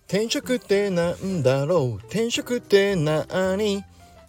転職ってなんだろう、転職ってなーに、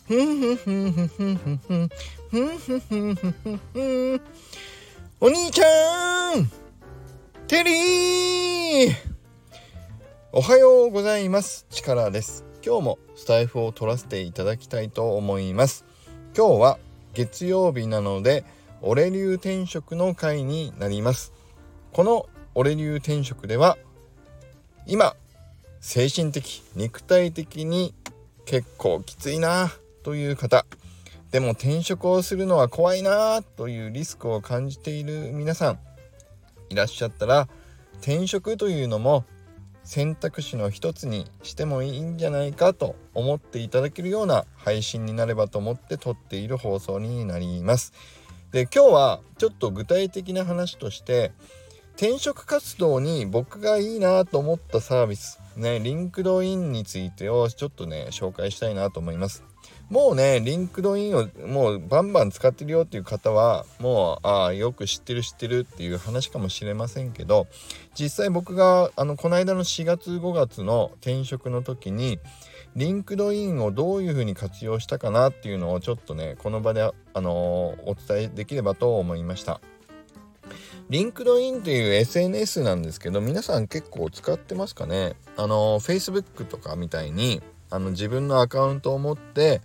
お兄ちゃんテリー、おはようございます。チカラです。今日もスタイフを取らせていただきたいと思います。今日は月曜日なので俺流転職の回になります。この俺流転職では今精神的肉体的に結構きついなという方、でも転職をするのは怖いなというリスクを感じている皆さんいらっしゃったら、転職というのも選択肢の一つにしてもいいんじゃないかと思っていただけるような配信になればと思って撮っている放送になります。で、今日はちょっと具体的な話として転職活動に僕がいいなと思ったサービスね、リンクドインについてをちょっとね紹介したいなと思います。もうねリンクドインをもうバンバン使ってるよっていう方はもうよく知ってるっていう話かもしれませんけど、実際僕がこの間の4月5月の転職の時にリンクドインをどういう風に活用したかなっていうのをちょっとねこの場でお伝えできればと思いました。リンクドインという SNS なんですけど、皆さん結構使ってますかね。Facebook とかみたいに自分のアカウントを持って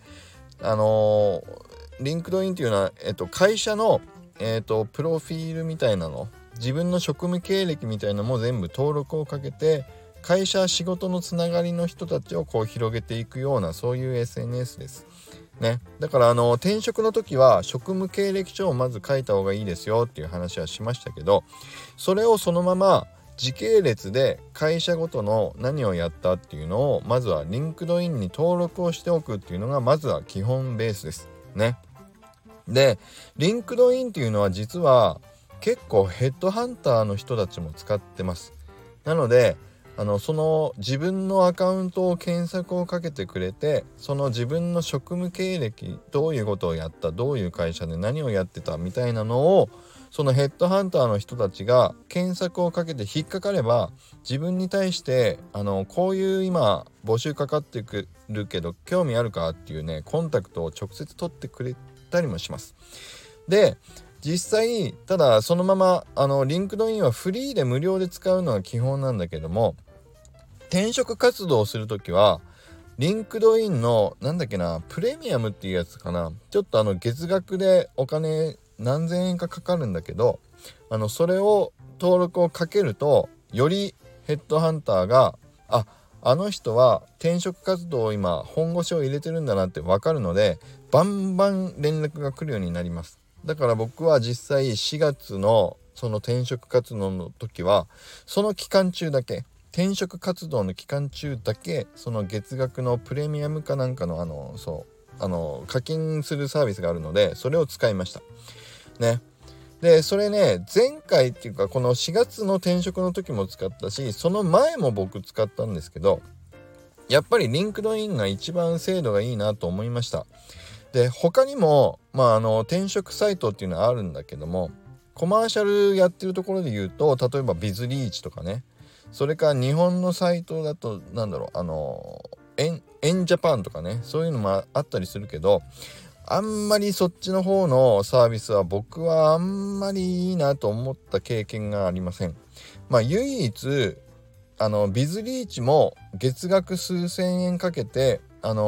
リンクドインというのは、会社の、プロフィールみたいなの、自分の職務経歴みたいなのも全部登録をかけて、会社仕事のつながりの人たちをこう広げていくような、そういう SNS ですね。だから転職の時は職務経歴書をまず書いた方がいいですよっていう話はしましたけど、それをそのまま時系列で会社ごとの何をやったっていうのをまずはリンクドインに登録をしておくっていうのがまずは基本ベースですね。で、リンクドインっていうのは実は結構ヘッドハンターの人たちも使ってます。なのでその自分のアカウントを検索をかけてくれて、その自分の職務経歴、どういうことをやった、どういう会社で何をやってたみたいなのをそのヘッドハンターの人たちが検索をかけて引っかかれば、自分に対してこういう今募集かかってくるけど興味あるかっていうねコンタクトを直接取ってくれたりもします。で、実際ただそのままリンクドインはフリーで無料で使うのが基本なんだけども、転職活動をするときはリンクドインのプレミアムっていうやつかな、ちょっと月額でお金何千円かかかるんだけど、それを登録をかけるとよりヘッドハンターがあの人は転職活動を今本腰を入れてるんだなって分かるので、バンバン連絡が来るようになります。だから僕は実際4月のその転職活動の時はその期間中だけ、転職活動の期間中だけその月額のプレミアムかなんかの課金するサービスがあるのでそれを使いましたね。でそれね、前回っていうかこの4月の転職の時も使ったし、その前も僕使ったんですけど、やっぱりリンクドインが一番精度がいいなと思いました。で他にも転職サイトっていうのはあるんだけども、コマーシャルやってるところで言うと例えばビズリーチとかね、それから日本のサイトだとエンジャパンとかね、そういうのもあったりするけど、あんまりそっちの方のサービスは僕はあんまりいいなと思った経験がありません。唯一ビズリーチも月額数千円かけて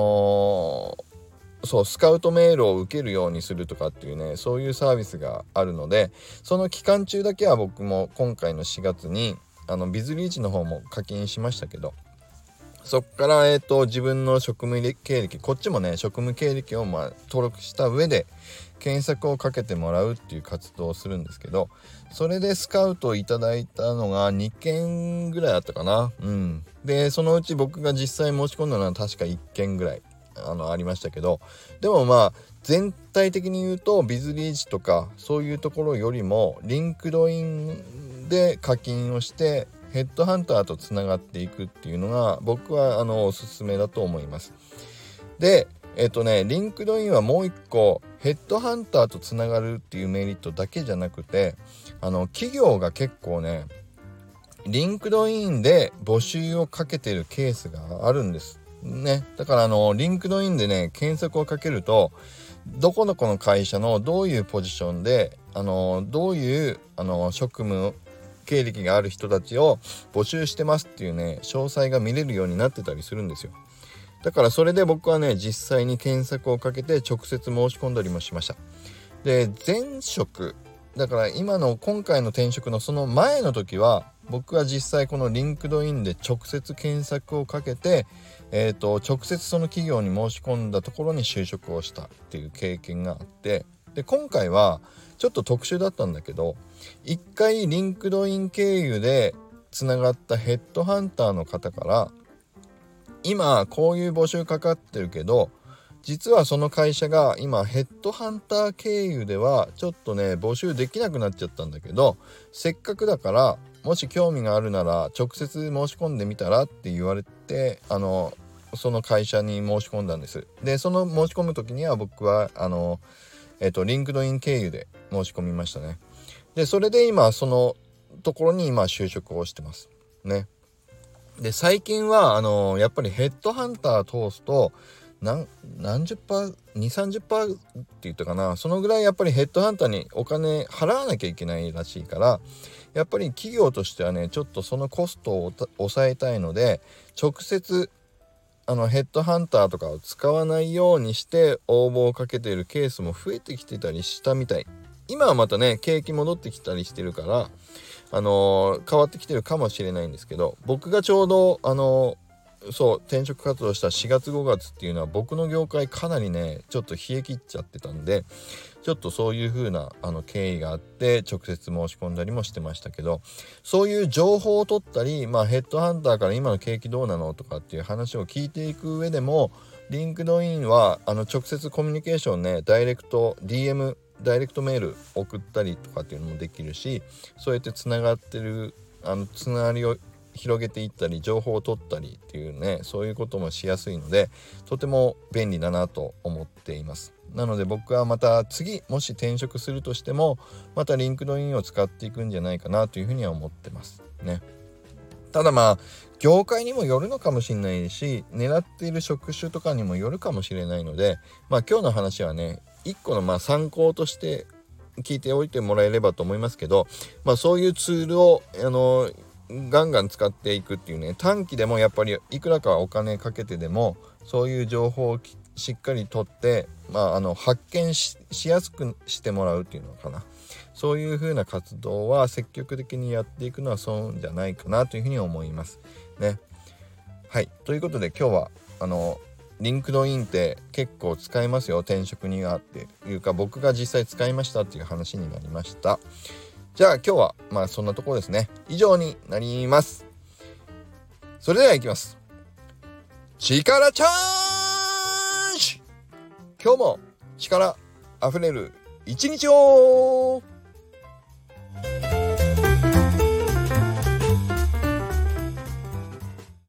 スカウトメールを受けるようにするとかっていうね、そういうサービスがあるので、その期間中だけは僕も今回の4月にビズリーチの方も課金しましたけど、そっから自分の職務経歴、こっちもね職務経歴を登録した上で検索をかけてもらうっていう活動をするんですけど、それでスカウトをいただいたのが2件ぐらいあったかな。でそのうち僕が実際申し込んだのは確か1件ぐらいありましたけど、でも全体的に言うとビズリーチとかそういうところよりもリンクドインで課金をしてヘッドハンターとつながっていくっていうのが僕はおすすめだと思います。でリンクドインはもう一個ヘッドハンターとつながるっていうメリットだけじゃなくて企業が結構ねリンクドインで募集をかけてるケースがあるんですね。だからリンクドインでね検索をかけると、どこのこの会社のどういうポジションでどういう職務経歴がある人たちを募集してますっていうね詳細が見れるようになってたりするんですよ。だからそれで僕はね実際に検索をかけて直接申し込んだりもしました。で、前職だから今回の転職のその前の時は、僕は実際このリンクドインで直接検索をかけて、直接その企業に申し込んだところに就職をしたっていう経験があって、で今回はちょっと特殊だったんだけど、一回リンクドイン経由でつながったヘッドハンターの方から、今こういう募集かかってるけど、実はその会社が今ヘッドハンター経由ではちょっとね募集できなくなっちゃったんだけど、せっかくだからもし興味があるなら直接申し込んでみたらって言われて、その会社に申し込んだんです。でその申し込む時には僕はリンクドイン経由で申し込みましたね。でそれで今そのところに今就職をしてますね。で最近はやっぱりヘッドハンター通すと何十パー 2,30% って言ったかな、そのぐらいやっぱりヘッドハンターにお金払わなきゃいけないらしいから、やっぱり企業としてはねちょっとそのコストを抑えたいので、直接ヘッドハンターとかを使わないようにして応募をかけているケースも増えてきてたりしたみたい。今はまたね景気戻ってきたりしてるから変わってきてるかもしれないんですけど、僕がちょうど転職活動した4月5月っていうのは僕の業界かなりねちょっと冷え切っちゃってたんで、ちょっとそういう風な経緯があって直接申し込んだりもしてましたけど、そういう情報を取ったり、ヘッドハンターから今の景気どうなのとかっていう話を聞いていく上でも、リンクドインは直接コミュニケーションね、ダイレクト DM ダイレクトメール送ったりとかっていうのもできるし、そうやってつながってるつながりを広げていったり情報を取ったりっていうね、そういうこともしやすいのでとても便利だなと思っています。なので僕はまた次もし転職するとしてもまたリンクドインを使っていくんじゃないかなというふうには思ってますね。ただ業界にもよるのかもしれないし、狙っている職種とかにもよるかもしれないので、今日の話はね一個の参考として聞いておいてもらえればと思いますけど、そういうツールをガンガン使っていくっていうね、短期でもやっぱりいくらかお金かけてでもそういう情報をしっかり取って、発見 しやすくしてもらうっていうのかな、そういう風な活動は積極的にやっていくのは損じゃないかなというふうに思いますね。はい、ということで今日はリンクドインって結構使えますよ、転職にはっていうか僕が実際使いましたっていう話になりました。じゃあ今日はそんなところですね。以上になります。それではいきます。力チャージ！今日も力あふれる一日を。